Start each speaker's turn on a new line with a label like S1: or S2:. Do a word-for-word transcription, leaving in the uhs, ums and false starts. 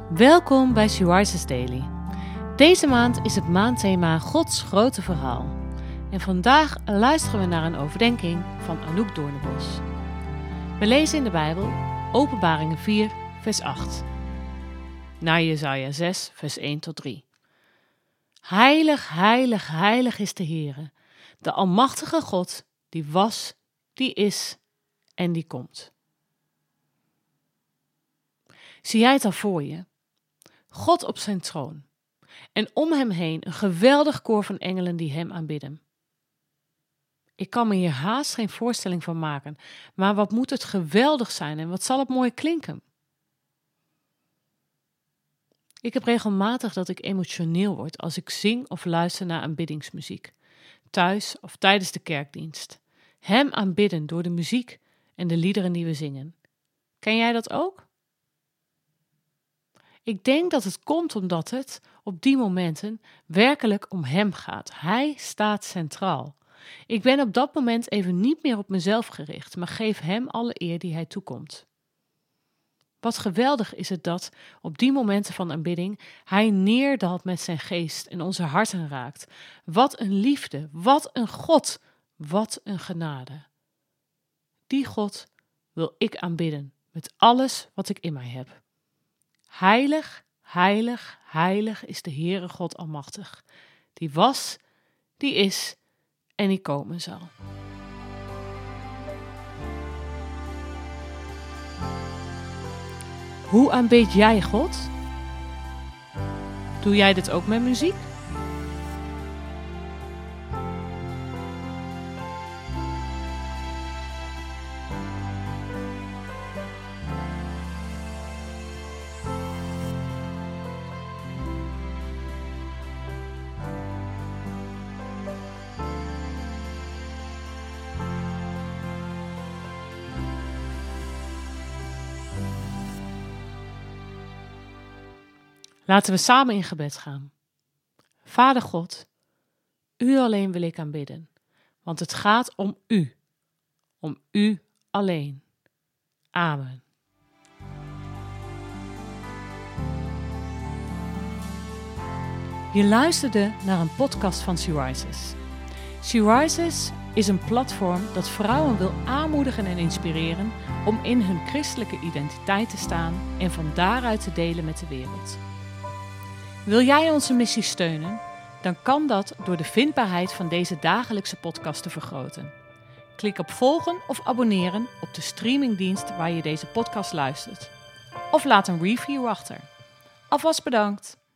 S1: Welkom bij She Rises Daily. Deze maand is het maandthema Gods grote verhaal. En vandaag luisteren we naar een overdenking van Anouk Doornbos. We lezen in de Bijbel Openbaringen vier, vers acht. Naar Jesaja zes, vers één tot drie. Heilig, heilig, heilig is de Heere, de almachtige God, die was, die is en die komt. Zie jij het al voor je? God op zijn troon. En om hem heen een geweldig koor van engelen die hem aanbidden. Ik kan me hier haast geen voorstelling van maken, maar wat moet het geweldig zijn en wat zal het mooi klinken. Ik heb regelmatig dat ik emotioneel word als ik zing of luister naar aanbiddingsmuziek, thuis of tijdens de kerkdienst. Hem aanbidden door de muziek en de liederen die we zingen. Ken jij dat ook? Ik denk dat het komt omdat het op die momenten werkelijk om hem gaat. Hij staat centraal. Ik ben op dat moment even niet meer op mezelf gericht, maar geef hem alle eer die hij toekomt. Wat geweldig is het dat op die momenten van aanbidding hij neerdaalt met zijn geest en onze harten raakt. Wat een liefde, wat een God, wat een genade. Die God wil ik aanbidden met alles wat ik in mij heb. Heilig, heilig, heilig is de Heere God Almachtig, die was, die is en die komen zal. Hoe aanbid jij God? Doe jij dit ook met muziek? Laten we samen in gebed gaan. Vader God, u alleen wil ik aanbidden, want het gaat om u, om u alleen. Amen. Je luisterde naar een podcast van She Rises. She Rises is een platform dat vrouwen wil aanmoedigen en inspireren om in hun christelijke identiteit te staan en van daaruit te delen met de wereld. Wil jij onze missie steunen? Dan kan dat door de vindbaarheid van deze dagelijkse podcast te vergroten. Klik op volgen of abonneren op de streamingdienst waar je deze podcast luistert. Of laat een review achter. Alvast bedankt!